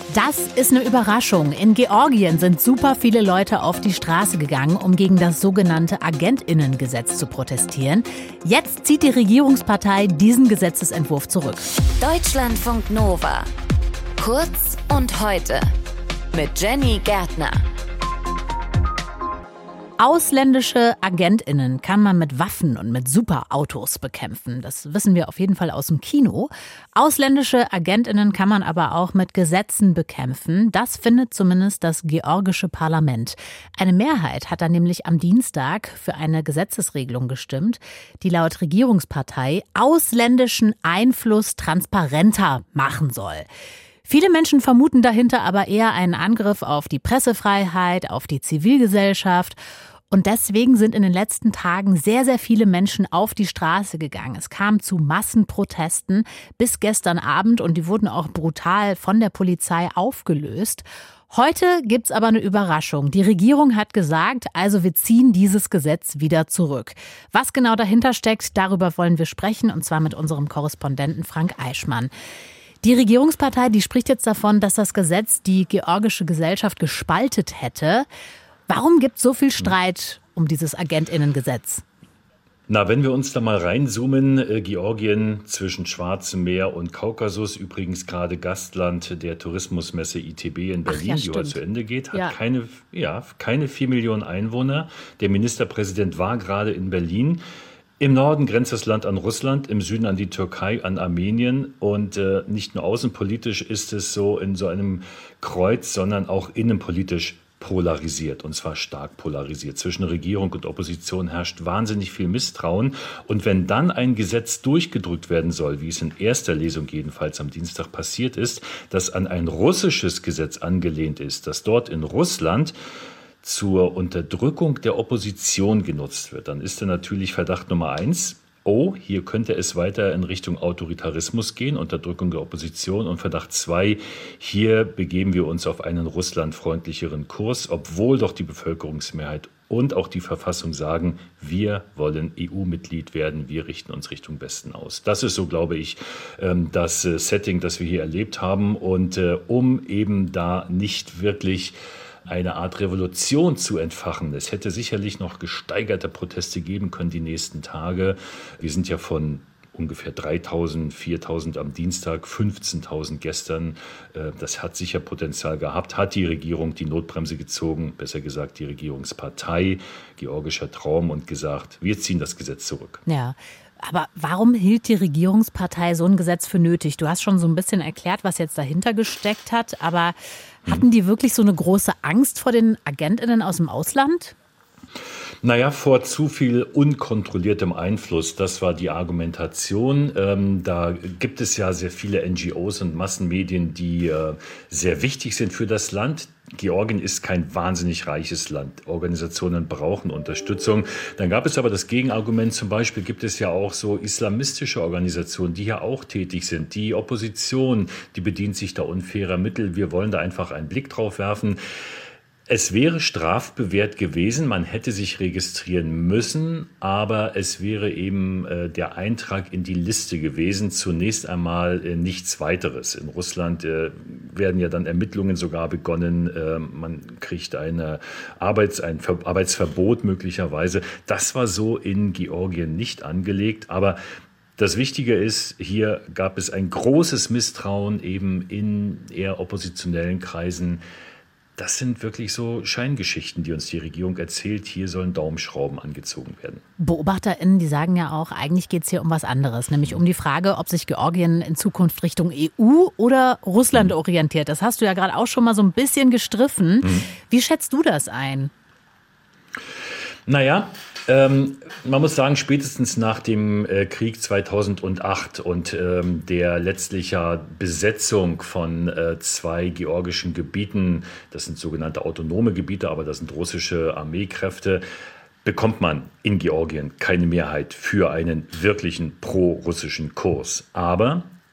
Das ist eine Überraschung. In Georgien sind super viele Leute auf die Straße gegangen, um gegen das sogenannte AgentInnengesetz zu protestieren. Jetzt zieht die Regierungspartei diesen Gesetzesentwurf zurück. Deutschlandfunk Nova. Kurz und heute. Mit Jenny Gärtner. Ausländische AgentInnen kann man mit Waffen und mit Superautos bekämpfen. Das wissen wir auf jeden Fall aus dem Kino. Ausländische AgentInnen kann man aber auch mit Gesetzen bekämpfen. Das findet zumindest das georgische Parlament. Eine Mehrheit hat da nämlich am Dienstag für eine Gesetzesregelung gestimmt, die laut Regierungspartei ausländischen Einfluss transparenter machen soll. Viele Menschen vermuten dahinter aber eher einen Angriff auf die Pressefreiheit, auf die Zivilgesellschaft. Und deswegen sind in den letzten Tagen sehr, sehr viele Menschen auf die Straße gegangen. Es kam zu Massenprotesten bis gestern Abend und die wurden auch brutal von der Polizei aufgelöst. Heute gibt's aber eine Überraschung. Die Regierung hat gesagt, also wir ziehen dieses Gesetz wieder zurück. Was genau dahinter steckt, darüber wollen wir sprechen, und zwar mit unserem Korrespondenten Frank Eichmann. Die Regierungspartei, die spricht jetzt davon, dass das Gesetz die georgische Gesellschaft gespaltet hätte. Warum gibt es so viel Streit um dieses AgentInnengesetz? Na, wenn wir uns da mal reinzoomen, Georgien zwischen Schwarzem Meer und Kaukasus, übrigens gerade Gastland der Tourismusmesse ITB in Berlin, die heute zu Ende geht, hat keine 4 Millionen Einwohner. Der Ministerpräsident war gerade in Berlin. Im Norden grenzt das Land an Russland, im Süden an die Türkei, an Armenien. Und nicht nur außenpolitisch ist es so in so einem Kreuz, sondern auch innenpolitisch polarisiert, und zwar stark polarisiert. Zwischen Regierung und Opposition herrscht wahnsinnig viel Misstrauen. Und wenn dann ein Gesetz durchgedrückt werden soll, wie es in erster Lesung jedenfalls am Dienstag passiert ist, das an ein russisches Gesetz angelehnt ist, das dort in Russland zur Unterdrückung der Opposition genutzt wird, dann ist da natürlich Verdacht Nummer 1. Oh, hier könnte es weiter in Richtung Autoritarismus gehen, Unterdrückung der Opposition. Und Verdacht 2, hier begeben wir uns auf einen russlandfreundlicheren Kurs, obwohl doch die Bevölkerungsmehrheit und auch die Verfassung sagen, wir wollen EU-Mitglied werden, wir richten uns Richtung Westen aus. Das ist so, glaube ich, das Setting, das wir hier erlebt haben. Und um eben da nicht wirklich eine Art Revolution zu entfachen. Es hätte sicherlich noch gesteigerte Proteste geben können die nächsten Tage. Wir sind ja von ungefähr 3.000, 4.000 am Dienstag, 15.000 gestern. Das hat sicher Potenzial gehabt. Hat die Regierung die Notbremse gezogen, besser gesagt die Regierungspartei, georgischer Traum, und gesagt, wir ziehen das Gesetz zurück. Ja. Aber warum hielt die Regierungspartei so ein Gesetz für nötig? Du hast schon so ein bisschen erklärt, was jetzt dahinter gesteckt hat. Aber hatten die wirklich so eine große Angst vor den AgentInnen aus dem Ausland? Naja, vor zu viel unkontrolliertem Einfluss, das war die Argumentation. Da gibt es ja sehr viele NGOs und Massenmedien, die sehr wichtig sind für das Land. Georgien ist kein wahnsinnig reiches Land. Organisationen brauchen Unterstützung. Dann gab es aber das Gegenargument. Zum Beispiel gibt es ja auch so islamistische Organisationen, die ja auch tätig sind. Die Opposition, die bedient sich da unfairer Mittel. Wir wollen da einfach einen Blick drauf werfen. Es wäre strafbewehrt gewesen, man hätte sich registrieren müssen, aber es wäre eben der Eintrag in die Liste gewesen. Zunächst einmal nichts weiteres. In Russland werden ja dann Ermittlungen sogar begonnen. Man kriegt ein Arbeitsverbot möglicherweise. Das war so in Georgien nicht angelegt, aber das Wichtige ist, hier gab es ein großes Misstrauen eben in eher oppositionellen Kreisen. Das sind wirklich so Scheingeschichten, die uns die Regierung erzählt. Hier sollen Daumenschrauben angezogen werden. BeobachterInnen, die sagen ja auch, eigentlich geht es hier um was anderes. Nämlich um die Frage, ob sich Georgien in Zukunft Richtung EU oder Russland orientiert. Das hast du ja gerade auch schon mal so ein bisschen gestriffen. Wie schätzt du das ein? Naja, man muss sagen, spätestens nach dem Krieg 2008 und der letztlicher Besetzung von 2 georgischen Gebieten, das sind sogenannte autonome Gebiete, aber das sind russische Armeekräfte, bekommt man in Georgien keine Mehrheit für einen wirklichen pro-russischen Kurs. Aber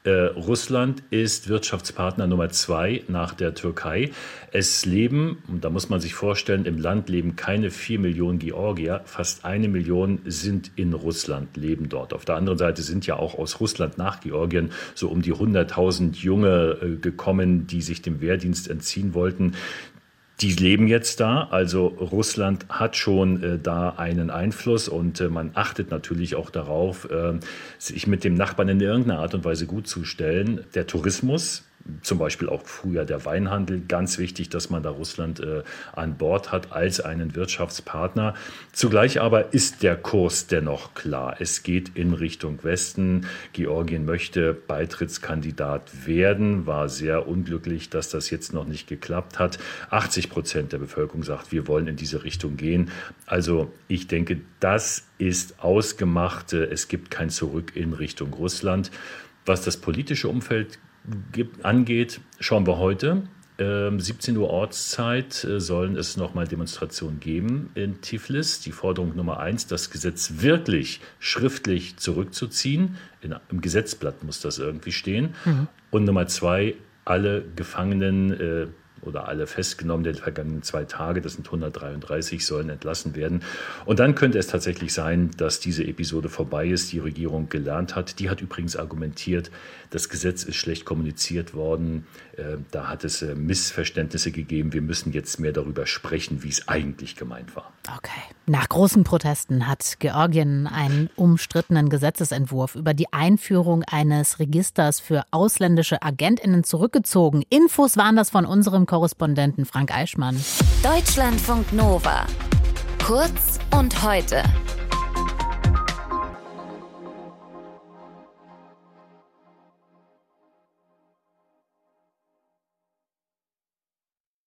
Russland ist Wirtschaftspartner Nummer 2 nach der Türkei. Es leben, und da muss man sich vorstellen, im Land leben keine 4 Millionen Georgier. Fast 1 Million sind in Russland, leben dort. Auf der anderen Seite sind ja auch aus Russland nach Georgien so um die 100.000 Junge gekommen, die sich dem Wehrdienst entziehen wollten. Die leben jetzt da, also Russland hat schon da einen Einfluss und man achtet natürlich auch darauf, sich mit dem Nachbarn in irgendeiner Art und Weise gut zu stellen. Der Tourismus, zum Beispiel auch früher der Weinhandel, ganz wichtig, dass man da Russland an Bord hat als einen Wirtschaftspartner. Zugleich aber ist der Kurs dennoch klar. Es geht in Richtung Westen. Georgien möchte Beitrittskandidat werden, war sehr unglücklich, dass das jetzt noch nicht geklappt hat. 80% der Bevölkerung sagt, wir wollen in diese Richtung gehen. Also ich denke, das ist ausgemacht. Es gibt kein Zurück in Richtung Russland. Was das politische Umfeld angeht, schauen wir heute. 17 Uhr Ortszeit sollen es nochmal Demonstrationen geben in Tiflis. Die Forderung Nummer 1, das Gesetz wirklich schriftlich zurückzuziehen. Im Gesetzblatt muss das irgendwie stehen. Und Nummer 2, alle Gefangenen oder alle Festgenommenen der vergangenen 2 Tage, das sind 133, sollen entlassen werden. Und dann könnte es tatsächlich sein, dass diese Episode vorbei ist, die Regierung gelernt hat. Die hat übrigens argumentiert, das Gesetz ist schlecht kommuniziert worden, da hat es Missverständnisse gegeben. Wir müssen jetzt mehr darüber sprechen, wie es eigentlich gemeint war. Okay. Nach großen Protesten hat Georgien einen umstrittenen Gesetzesentwurf über die Einführung eines Registers für ausländische AgentInnen zurückgezogen. Infos waren das von unserem Korrespondenten Frank Eichmann. Deutschlandfunk Nova. Kurz und heute.